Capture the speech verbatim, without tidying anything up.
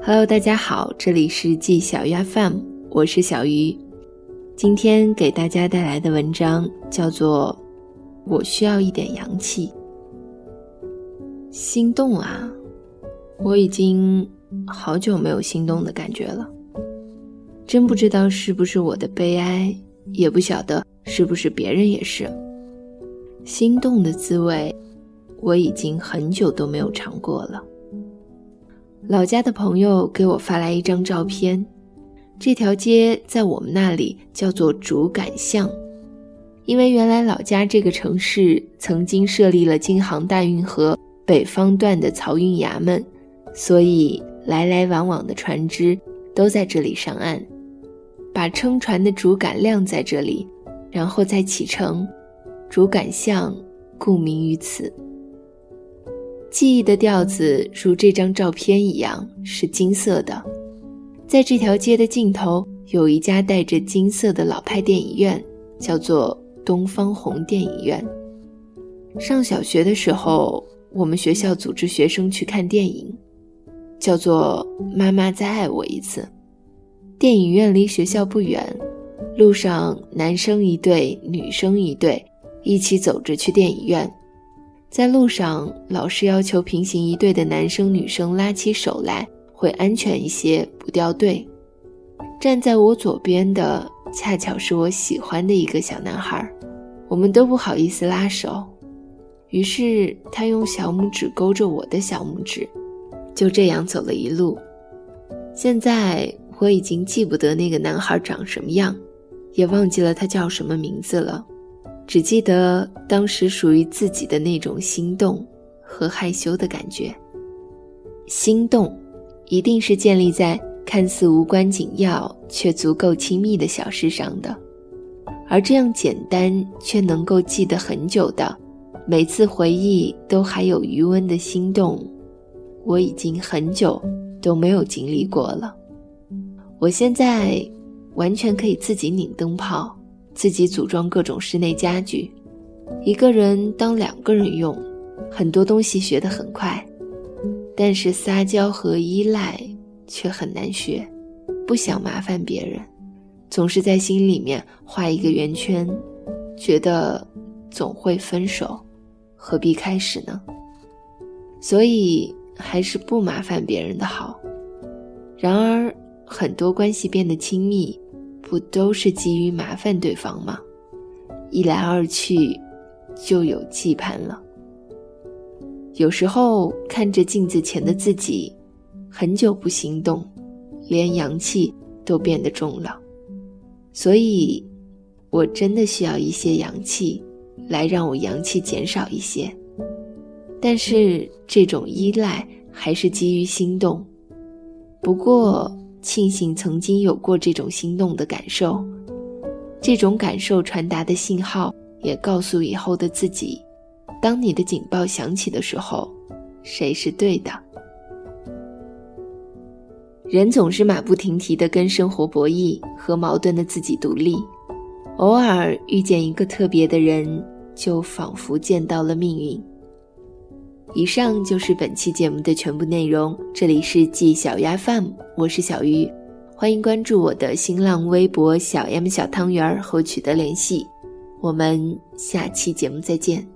Hello， 大家好，这里是季小鱼 F M， 我是小鱼。今天给大家带来的文章叫做我需要一点阳气。心动啊，我已经好久没有心动的感觉了。真不知道是不是我的悲哀，也不晓得是不是别人也是。心动的滋味，我已经很久都没有尝过了。老家的朋友给我发来一张照片，这条街在我们那里叫做竹杆巷，因为原来老家这个城市曾经设立了京杭大运河北方段的漕运衙门，所以来来往往的船只都在这里上岸，把撑船的竹杆晾在这里，然后再启程。竹杆巷故名于此。记忆的调子如这张照片一样是金色的，在这条街的尽头有一家带着金色的老派电影院，叫做东方红电影院。上小学的时候，我们学校组织学生去看电影，叫做妈妈再爱我一次。电影院离学校不远，路上男生一对女生一对一起走着去电影院。在路上，老师要求平行一对的男生女生拉起手来，会安全一些，不掉队。站在我左边的恰巧是我喜欢的一个小男孩，我们都不好意思拉手，于是他用小拇指勾着我的小拇指，就这样走了一路。现在我已经记不得那个男孩长什么样，也忘记了他叫什么名字了，只记得当时属于自己的那种心动和害羞的感觉。心动一定是建立在看似无关紧要却足够亲密的小事上的，而这样简单却能够记得很久的，每次回忆都还有余温的心动，我已经很久都没有经历过了。我现在完全可以自己拧灯泡，自己组装各种室内家具，一个人当两个人用，很多东西学得很快，但是撒娇和依赖却很难学。不想麻烦别人，总是在心里面画一个圆圈，觉得总会分手，何必开始呢？所以还是不麻烦别人的好。然而很多关系变得亲密，不都是基于麻烦对方吗？一来二去就有羁绊了。有时候看着镜子前的自己，很久不心动，连阳气都变得重了。所以我真的需要一些阳气，来让我阳气减少一些。但是这种依赖还是基于心动。不过庆幸曾经有过这种心动的感受，这种感受传达的信号也告诉以后的自己，当你的警报响起的时候，谁是对的。人总是马不停蹄地跟生活博弈，和矛盾的自己独立，偶尔遇见一个特别的人，就仿佛见到了命运。以上就是本期节目的全部内容，这里是季小鱼 F M， 我是小鱼，欢迎关注我的新浪微博小 M 小汤圆和我取得联系，我们下期节目再见。